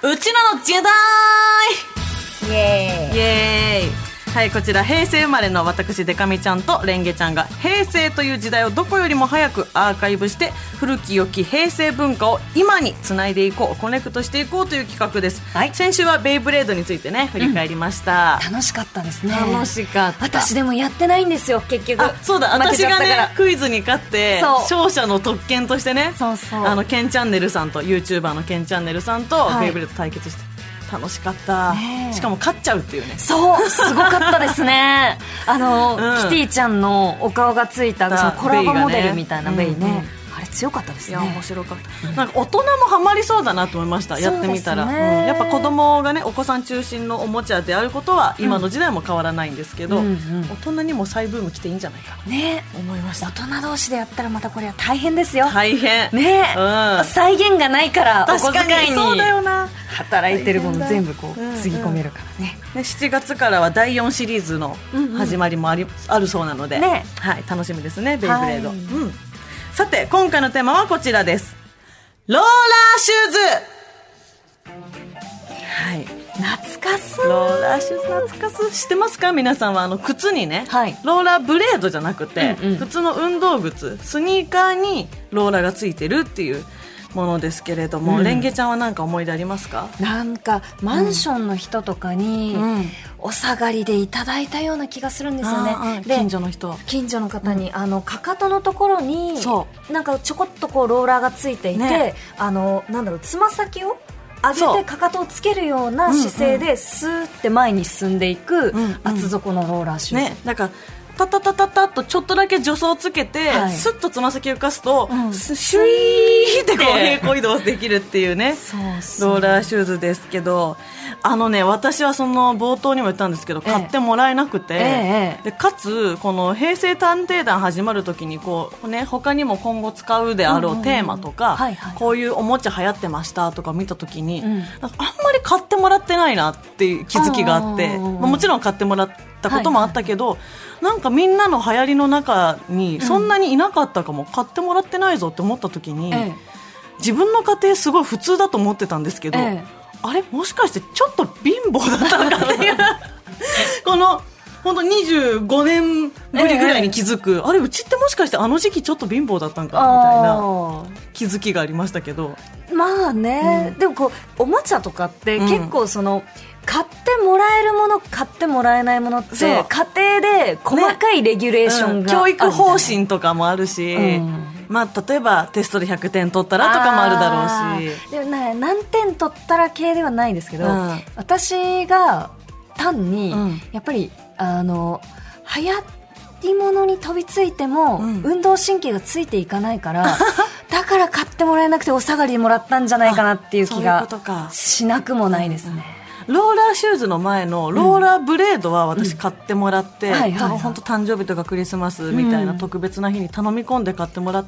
うちらの時代イエーイ。 イエーイ。はい、こちら平成生まれの私デカミちゃんとレンゲちゃんが平成という時代をどこよりも早くアーカイブして古き良き平成文化を今につないでいこう、コネクトしていこうという企画です、 はい、 先週はベイブレードについてね振り返りました、 楽しかったですね。 楽しかった。 私でもやってないんですよ結局。 あ、そうだ、私がねクイズに勝って勝者の特権としてね、 そうケンチャンネルさんと YouTuber のケンチャンネルさんとベイブレード対決して、楽しかった、しかも勝っちゃうっていうね。 そうすごかったですねキティちゃんのお顔がついたそのコラボモデルみたいなベイね、あれ強かったですね。 いや面白かった、なんか大人もハマりそうだなと思いました、やってみたら、やっぱ子供がねお子さん中心のおもちゃであることは今の時代も変わらないんですけど、大人にも再ブーム来ていいんじゃないかと思いました、 大人同士でやったらまたこれは大変ですよ。 大変ね、再現がないからお小遣いにそうだよな、 働いてるもの全部こうつぎ込めるからね。 7月からは第4シリーズの始まりもあるそうなので、はい、楽しみですねベイブレード、さて今回のテーマはこちらです。ローラーシューズ。はい、 懐かしい。 ローラーシューズ懐かしい。知ってますか皆さんは靴にね、ローラーブレードじゃなくて、普通の運動靴スニーカーにローラーがついてるっていうものですけれども、レンゲちゃんは何か思い出ありますか？ なんかマンションの人とかに、お下がりでいただいたような気がするんですよね。 で近所の方に、かかとのところになんかちょこっとこうローラーがついていて、なんだろう、つま先を上げてかかとをつけるような姿勢でスーって前に進んでいく厚底のローラーシューズ、 だからタタタタタッとちょっとだけ助走をつけて、スッとつま先を浮かすと、シュイーってこう平行移動できるっていうねローラーシューズですけど、私はその冒頭にも言ったんですけど、買ってもらえなくて、でかつこの平成探偵団始まる時にこう、他にも今後使うであろうテーマとか、こういうおもちゃ流行ってましたとか見た時に、なんかあんまり買ってもらってないなっていう気づきがあって、もちろん買ってもらったこともあったけど、なんかみんなの流行りの中にそんなにいなかったかも、買ってもらってないぞって思った時に、自分の家庭すごい普通だと思ってたんですけど、あれもしかしてちょっと貧乏だったのかっていうこの本当25年ぶりぐらいに気づく、あれうちってもしかしてあの時期ちょっと貧乏だったんかみたいな気づきがありましたけど、 まあね、でもこうおもちゃとかって結構その、買ってもらえるもの買ってもらえないものって家庭で細かいレギュレーションが、 教育方針とかもあるし、例えばテストで100点取ったらとかもあるだろうし、 でもね、何点取ったら系ではないですけど、私が単に、やっぱり流行り物に飛びついても、運動神経がついていかないからだから買ってもらえなくてお下がりもらったんじゃないかなっていう気がしなくもないですね。 ローラーシューズの前のローラーブレードは私買ってもらって、本当誕生日とかクリスマスみたいな特別な日に頼み込んで買ってもらって、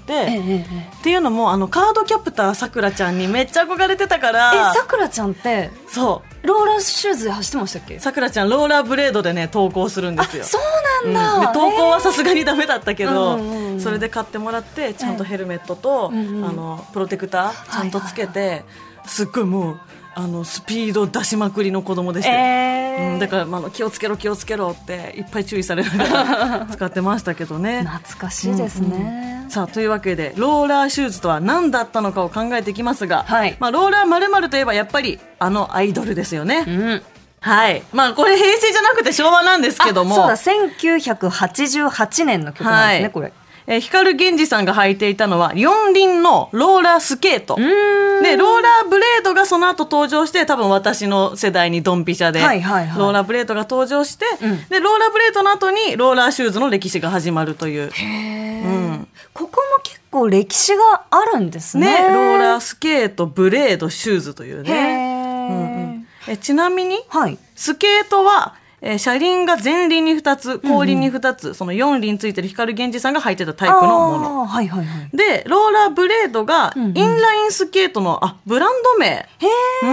っていうのもカードキャプターさくらちゃんにめっちゃ憧れてたから。 さくらちゃんってローラーシューズで走ってましたっけ？ さくらちゃんローラーブレードでね投稿するんですよ。 そうなんだ、 で投稿はさすがにダメだったけど、それで買ってもらってちゃんとヘルメットと、プロテクターちゃんとつけて、すっごいもうスピード出しまくりの子供でしたよ、だから、気をつけろ気をつけろっていっぱい注意されながら使ってましたけどね。 懐かしいですね、 さあというわけでローラーシューズとは何だったのかを考えていきますが、ローラー〇〇といえばやっぱりアイドルですよね、はい、これ平成じゃなくて昭和なんですけども、 そうだ、1988年の曲なんですね、これ。 光源氏さんが履いていたのは四輪のローラースケートで、ローラーブレードがその後登場して、多分私の世代にドンピシャで、ローラーブレードが登場して、でローラーブレードの後にローラーシューズの歴史が始まるという。 ここも結構歴史があるんですね。 ローラースケートブレードシューズというね。ちなみに、スケートは車輪が前輪に2つ後輪に2つ、その4輪ついてる光源氏さんが履いてたタイプのもの、でローラーブレードがインラインスケートのブランド名、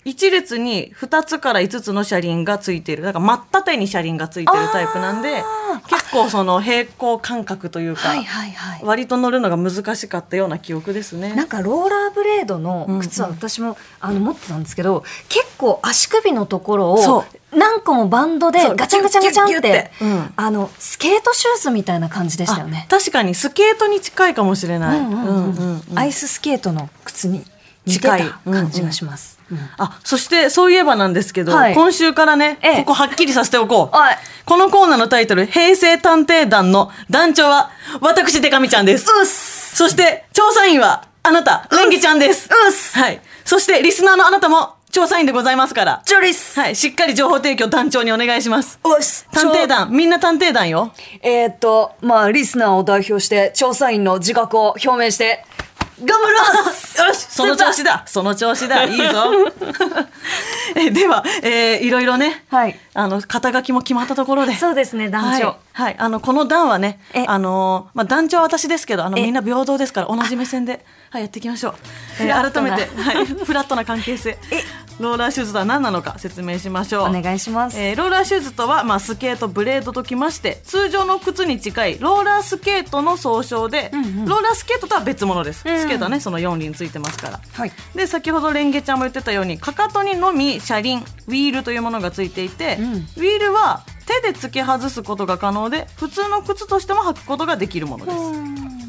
1列に2つから5つの車輪がついている。だから真っ縦に車輪がついてるタイプなんで、結構その平行感覚というか、はいはいはい、割と乗るのが難しかったような記憶ですね。 なんかローラーブレードの靴は私も、持ってたんですけど、結構足首のところを何個もバンドでガチャンガチャンガチャンって、スケートシューズみたいな感じでしたよね。 確かにスケートに近いかもしれない。 アイススケートの靴に似てた感じがします。 そしてそういえばなんですけど、今週からね、ここはっきりさせておこう。このコーナーのタイトル、平成探偵団の団長は私デカミちゃんです。そして調査員はあなたレンゲちゃんです。はい。そしてリスナーのあなたも調査員でございますから、はい、しっかり情報提供団長にお願いします。探偵団、みんな探偵団よ。 リスナーを代表して調査員の自覚を表明して頑張りますよし、その調子だ、その調子だ、いいぞでは、いろいろね、はい、肩書きも決まったところで、 そうですね、団長、 はいはい、この団はね、団長は私ですけど、みんな平等ですから同じ目線で、はい、やっていきましょう。改めて、はい、フラットな関係性、ローラーシューズとは何なのか説明しましょう。 お願いします。 ローラーシューズとは、スケートブレードときまして、通常の靴に近いローラースケートの総称で、ローラースケートとは別物です。スケートはね、その4輪ついてますから、はい、で先ほどレンゲちゃんも言ってたように、かかとにのみ車輪ウィールというものがついていて、ウィールは手で付け外すことが可能で、普通の靴としても履くことができるものです。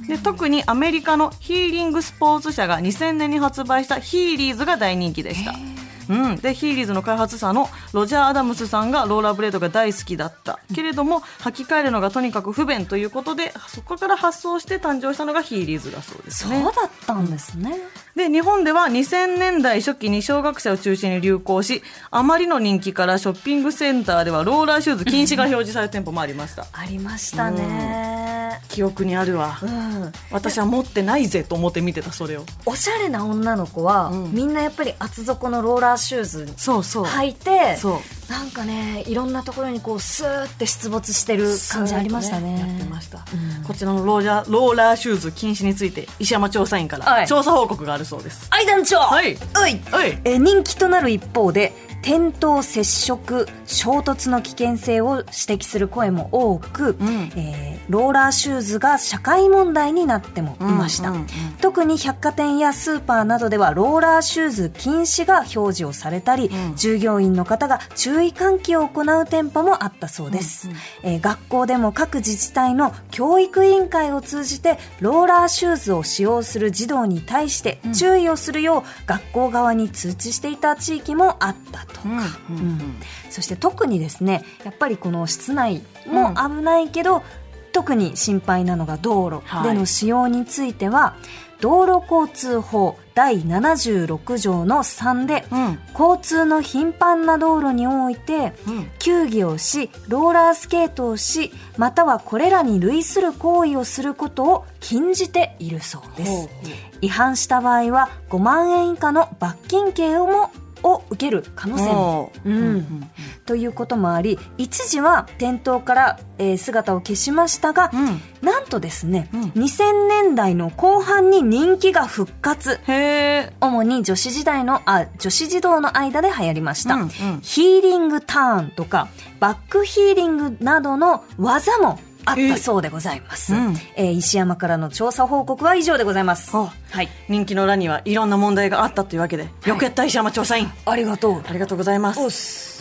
で特にアメリカのヒーリングスポーツ社が2000年に発売したヒーリーズが大人気でした。でヒーリーズの開発者のロジャー・アダムスさんがローラーブレードが大好きだったけれども、履き替えるのがとにかく不便ということで、そこから発想して誕生したのがヒーリーズだそうですね。 そうだったんですね。 で日本では2000年代初期に小学生を中心に流行し、あまりの人気からショッピングセンターではローラーシューズ禁止が表示される店舗もありましたありましたね、 記憶にあるわ、私は持ってないぜと思って見てた。それをおしゃれな女の子は、みんなやっぱり厚底のローラーシューズ履いて、なんかね、いろんなところにこうスーって出没してる感じありましたね。 やってました、こちらのローラーシューズ禁止について石山調査員から調査報告があるそうです。 はい、団長、人気となる一方で、転倒、接触、衝突の危険性を指摘する声も多く、ローラーシューズが社会問題になってもいました、特に百貨店やスーパーなどではローラーシューズ禁止が表示をされたり、従業員の方が注意喚起を行う店舗もあったそうです、学校でも各自治体の教育委員会を通じてローラーシューズを使用する児童に対して注意をするよう学校側に通知していた地域もあったと。そして特にですね、やっぱりこの室内も危ないけど、特に心配なのが道路での使用については、道路交通法第76条の3で、交通の頻繁な道路において、球技をしローラースケートをし、またはこれらに類する行為をすることを禁じているそうです。違反した場合は5万円以下の罰金刑を受ける可能性も、ということもあり、一時は店頭から、姿を消しましたが、なんとですね、2000年代の後半に人気が復活。主に女子児童の間で流行りました、ヒーリングターンとかバックヒーリングなどの技もあったそうでございます、石山からの調査報告は以上でございます。 人気の裏にはいろんな問題があったというわけで、よくやった石山調査員、 ありがとうございます。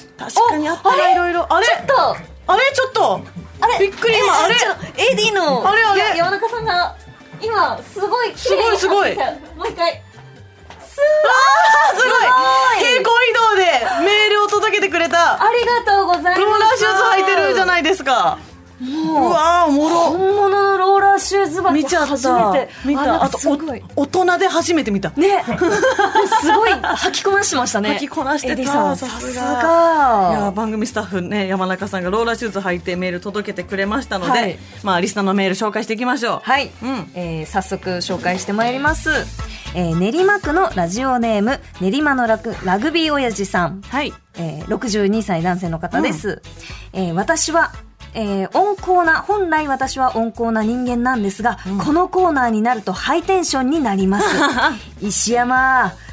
確かにあったらいろいろ。ちょっとびっくり。今 AD の山中さんが今すごいすごいもう一回すごい平行移動でメールを届けてくれた。 ありがとうございます。 ローラーシューズ履いてるじゃないですか。うわー、おもろ。 本物のローラーシューズ履き初めて見た。あと大人で初めて見たね。すごい履きこなしてましたね。 履きこなしてた。さすが。 いや、番組スタッフね、山中さんがローラーシューズ履いてメール届けてくれましたので、リスナーのメール紹介していきましょう。 早速紹介してまいります。練馬区のラジオネーム練馬のラグビー親父さん、62歳男性の方です、私は本来私は温厚な人間なんですが、このコーナーになるとハイテンションになります。石山、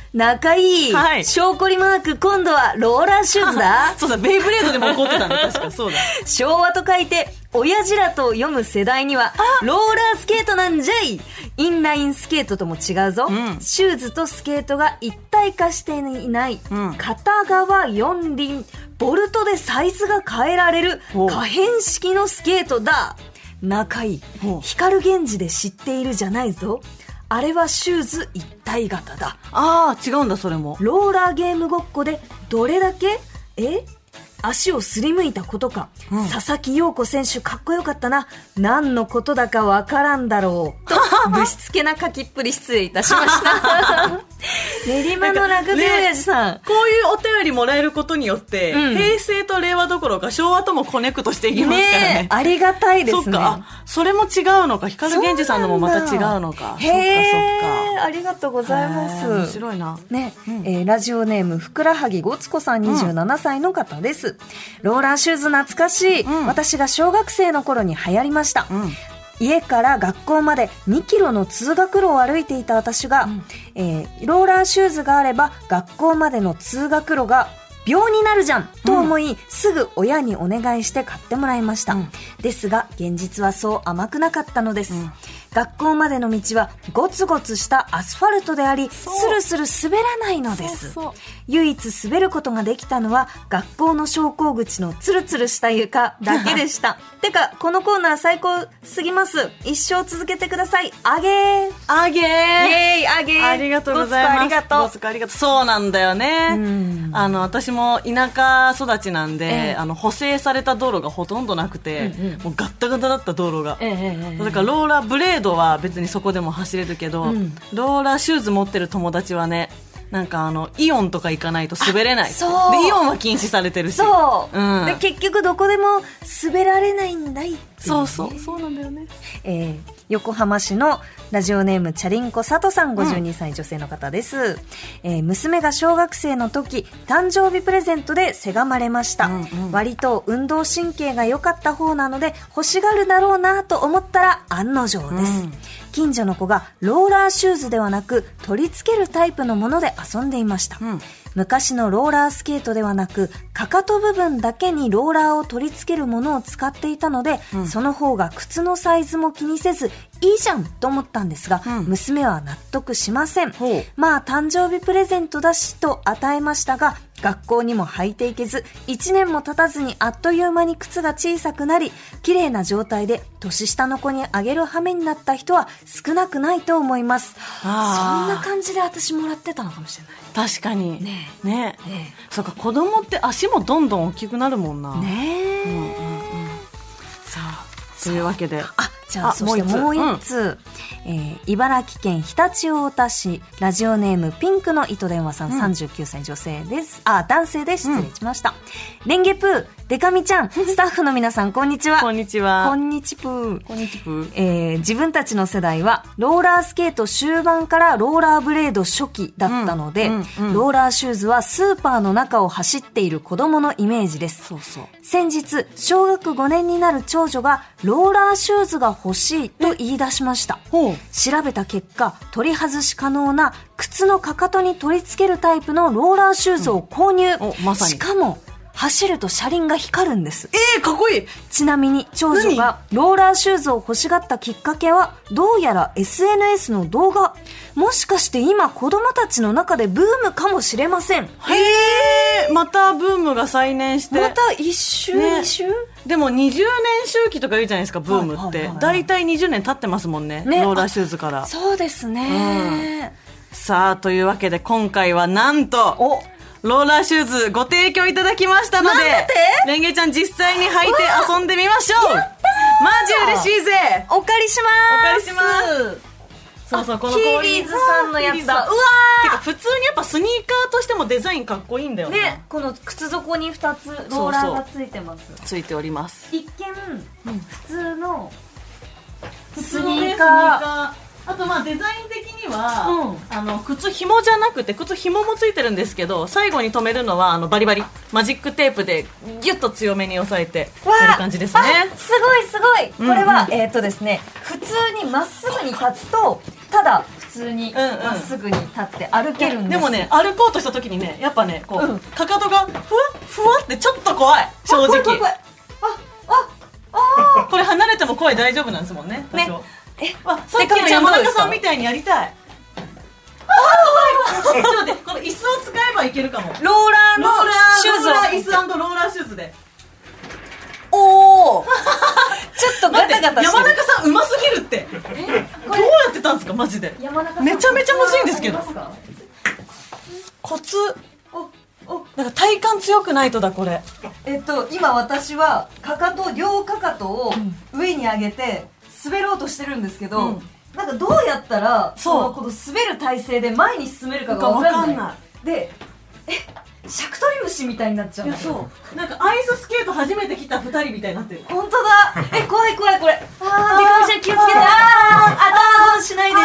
仲いい、はい、ショーコリマーク、今度はローラーシューズだそうだ、ベイブレードでも怒ってたんだ、確か。そうだ。 昭和と書いて親父らと読む世代にはローラースケートなんじゃい。インラインスケートとも違うぞ、シューズとスケートが一体化していない、片側4輪、ボルトでサイズが変えられる可変式のスケートだ。中井、光源氏で知っているじゃないぞ。あれはシューズ一体型だ。 ああ、違うんだ、それも。 ローラーゲームごっこでどれだけ足をすりむいたことか、佐々木陽子選手かっこよかったな、何のことだかわからんだろうとぶしつけな書きっぷり失礼いたしました練馬のラグビー親父さん、 こういうお便りもらえることによって、平成と令和どころか昭和ともコネクトしていきますからね。 ありがたいですね。 そっか、それも違うのか。光源氏さんのもまた違うのか。 へー、ありがとうございます。 面白いな。 ね、ラジオネームふくらはぎごつこさん、27歳の方です。ローラーシューズ懐かしい、私が小学生の頃に流行りました、家から学校まで2キロの通学路を歩いていた私が、ローラーシューズがあれば学校までの通学路が秒になるじゃんと思い、すぐ親にお願いして買ってもらいました、ですが現実はそう甘くなかったのです、学校までの道はゴツゴツしたアスファルトであり、スルスル滑らないのです。唯一滑ることができたのは学校の昇降口のツルツルした床だけでしたてかこのコーナー最高すぎます。一生続けてください。あげーあげー、イエーイ、あげー、 ありがとうございます。 ありがとう。 ごつこありがとう。そうなんだよね。私も田舎育ちなんで、補正された道路がほとんどなくて、もうガッタガタだった道路が、だからローラーブレードは別にそこでも走れるけど、ローラーシューズ持ってる友達はね、なんかイオンとか行かないと滑れない。 そうでイオンは禁止されてるし、 そう、で結局どこでも滑られないんだいっていう、ね、 そうなんだよね。 横浜市のラジオネームチャリンコ佐藤さん、52歳女性の方です、娘が小学生の時誕生日プレゼントでせがまれました、割と運動神経が良かった方なので欲しがるだろうなと思ったら案の定です、近所の子がローラーシューズではなく取り付けるタイプのもので遊んでいました、昔のローラースケートではなくかかと部分だけにローラーを取り付けるものを使っていたので、その方が靴のサイズも気にせずいいじゃんと思ったんですが、娘は納得しません。まあ誕生日プレゼントだしと与えましたが、学校にも履いていけず1年も経たずにあっという間に靴が小さくなり、綺麗な状態で年下の子にあげる羽目になった人は少なくないと思います。そんな感じで私もらってたのかもしれない。 確かにねえ、そうか、子供って足もどんどん大きくなるもんな。さあ、というわけで、 じゃあそしてもう一つ、茨城県常陸太田市ラジオネームピンクの糸電話さん、39歳女性です。男性です。失礼しました。レンゲプー、デカミちゃん、スタッフの皆さんこんにちは。 こんにちは。 こんにちぷー。自分たちの世代はローラースケート終盤からローラーブレード初期だったので、ローラーシューズはスーパーの中を走っている子供のイメージです。先日小学5年になる長女がローラーシューズが欲しいと言い出しました。調べた結果、取り外し可能な靴のかかとに取り付けるタイプのローラーシューズを購入、しかも走ると車輪が光るんです。 かっこいい。 ちなみに長女がローラーシューズを欲しがったきっかけはどうやら SNS の動画。もしかして今子供たちの中でブームかもしれません。 またブームが再燃して、 また一周、二周。 でも20年周期とか言うじゃないですか、ブームって。だいたい20年経ってますもんね、ローラーシューズから。 そうですね、 さあ、というわけで今回はなんとローラーシューズご提供いただきましたので、レンゲちゃん実際に履いて遊んでみましょう。マジ嬉しいぜ。 お借りします。 そうそう、このキーリーズさんのやつだ。 てか普通にやっぱスニーカーとしてもデザインかっこいいんだよね。 この靴底に2つローラーがついてます。 ついております。 一見普通のスニーカー。あとデザイン的には、靴紐じゃなくて靴紐もついてるんですけど、最後に留めるのはバリバリマジックテープでギュッと強めに押さえてやる感じですね。 すごいすごい。これはですね、普通にまっすぐに立つとただ普通にまっすぐに立って歩けるんです。 でもね、歩こうとした時にね、やっぱね、こう、かかとがふわふわってちょっと怖い、正直。怖い。これ離れても声大丈夫なんですもんね。ね。さっきの山中さんみたいにやりたい。ちょっと待って、この椅子を使えばいけるかも。 ローラーのシューズを。 椅子&ローラーシューズで。 おお。ちょっとガタガタしてる。 山中さんうますぎるって。どうやってたんですかマジで。めちゃめちゃむずいんですけど。コツ。なんか体幹強くないとだこれ。 今私は両かかとを上に上げて滑ろうとしてるんですけど、なんかどうやったらこの滑る体勢で前に進めるかが分かんない。で、シャクトリムシみたいになっちゃう。いや、 そうなんかアイススケート初めて来た2人みたいになってる。 本当だ。怖い怖いこれ。でかみちゃん気をつけて。頭しないでね。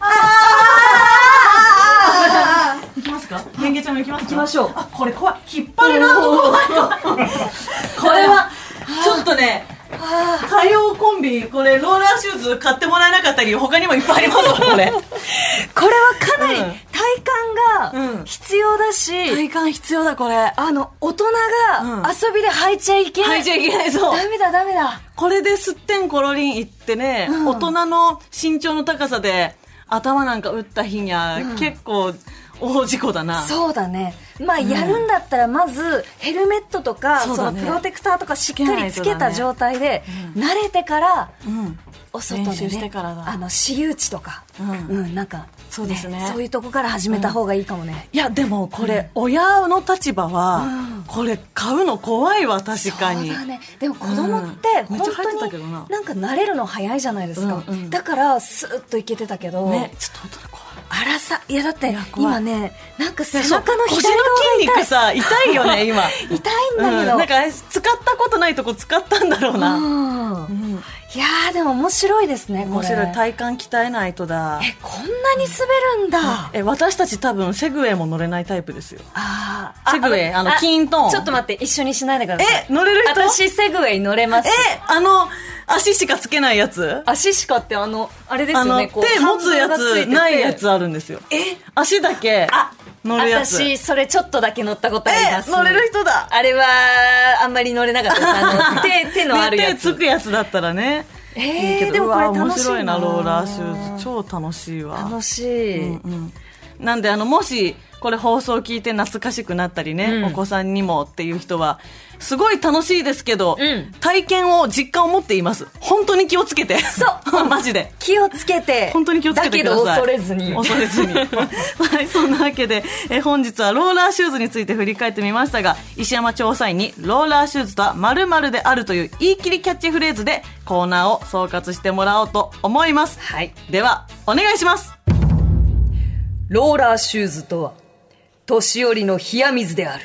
行きますか。ゲンゲちゃんも行きますか。 行きましょう。 これ怖い。引っ張るな。これはちょっとね、火曜コンビ、これローラーシューズ買ってもらえなかったり他にもいっぱいありますこれ。 これはかなり体幹が必要だし、 体幹必要だこれ。 大人が遊びで履いちゃいけない。 履いちゃいけない。そう。 ダメだダメだ。 これですってんころりん行ってね、大人の身長の高さで頭なんか打った日には結構大事故だな。 そうだね。まあやるんだったらまずヘルメットとかそのプロテクターとかしっかりつけた状態で慣れてからお外でね、私有地とかなんかそうですね、 そういうとこから始めた方がいいかもね。 いやでもこれ親の立場はこれ買うの怖いわ。確かに。 そうだね。でも子供って本当になんか慣れるの早いじゃないですか。だからスーッといけてたけど、ね、ちょっと本当に怖い。いやだって今ね、なんか背中の左側が腰の筋肉さ痛いよね今。 痛いんだけど、 なんか使ったことないとこ使ったんだろうな。 いやーでも面白いですね。これ面白い。体幹鍛えないとだ。 こんなに滑るんだ。 私たち多分セグウェイも乗れないタイプですよ。セグウェイキントン。 ちょっと待って、一緒にしないでください。 乗れる人。 私セグウェイ乗れます。 足しかつけないやつ。 足しかってあれですよね。 手持つやつないやつあるんですよ。足だけ乗るやつ。 私それちょっとだけ乗ったことあります。 乗れる人だ。 あれはあんまり乗れなかったです。手のあるやつ。 手つくやつだったらね。 でもこれ楽しいな。 面白いな。ローラーシューズ超楽しいわ。 楽しい。 なんでもしこれ放送聞いて懐かしくなったりね、お子さんにもっていう人はすごい楽しいですけど、体験を実感を持っています。本当に気をつけて。そうマジで気をつけて。 本当に気をつけてください。 だけど恐れずにはい、そんなわけで本日はローラーシューズについて振り返ってみましたが、石山調査員にローラーシューズとは〇〇であるという言い切りキャッチフレーズでコーナーを総括してもらおうと思います。 はい、 ではお願いします。 ローラーシューズとは年寄りの冷や水である。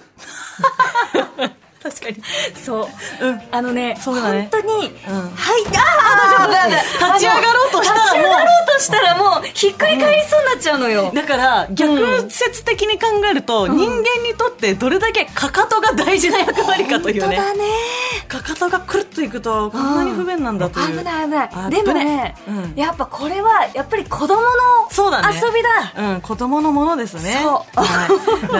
確かにそう、そうだね、本当に、はい、 立ち上がろうとしたらもうひっくり返りそうになっちゃうのよ。 だから逆説的に考えると、人間にとってどれだけかかとが大事な役割かというね。 本当だね。 かかとがくるっといくとこんなに不便なんだという。 危ない危ない。でもね、やっぱこれはやっぱり子供の遊びだ。 子供のものですね。そう、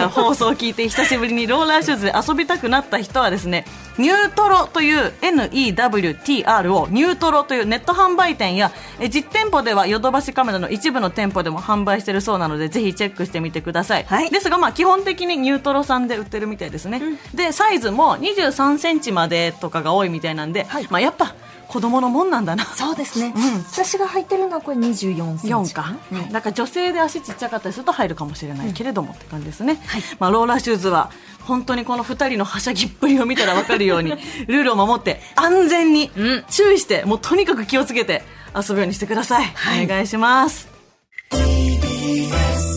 放送を聞いて久しぶりにローラーシューズで遊びたくなった人はですね、ニュートロという NEWTR をニュートロというネット販売店や実店舗ではヨドバシカメラの一部の店舗でも販売しているそうなので、ぜひチェックしてみてください。はい、ですが基本的にニュートロさんで売ってるみたいですね。でサイズも23センチまでとかが多いみたいなんで、やっぱ子供のもんなんだな。 そうですね、私が履いてるのはこれ24センチか、だから女性で足ちっちゃかったりすると入るかもしれないけれどもって感じですね。ローラーシューズは本当にこの2人のはしゃぎっぷりを見たら分かるようにルールを守って安全に注意して、もうとにかく気をつけて遊ぶようにしてください。お願いします。TBS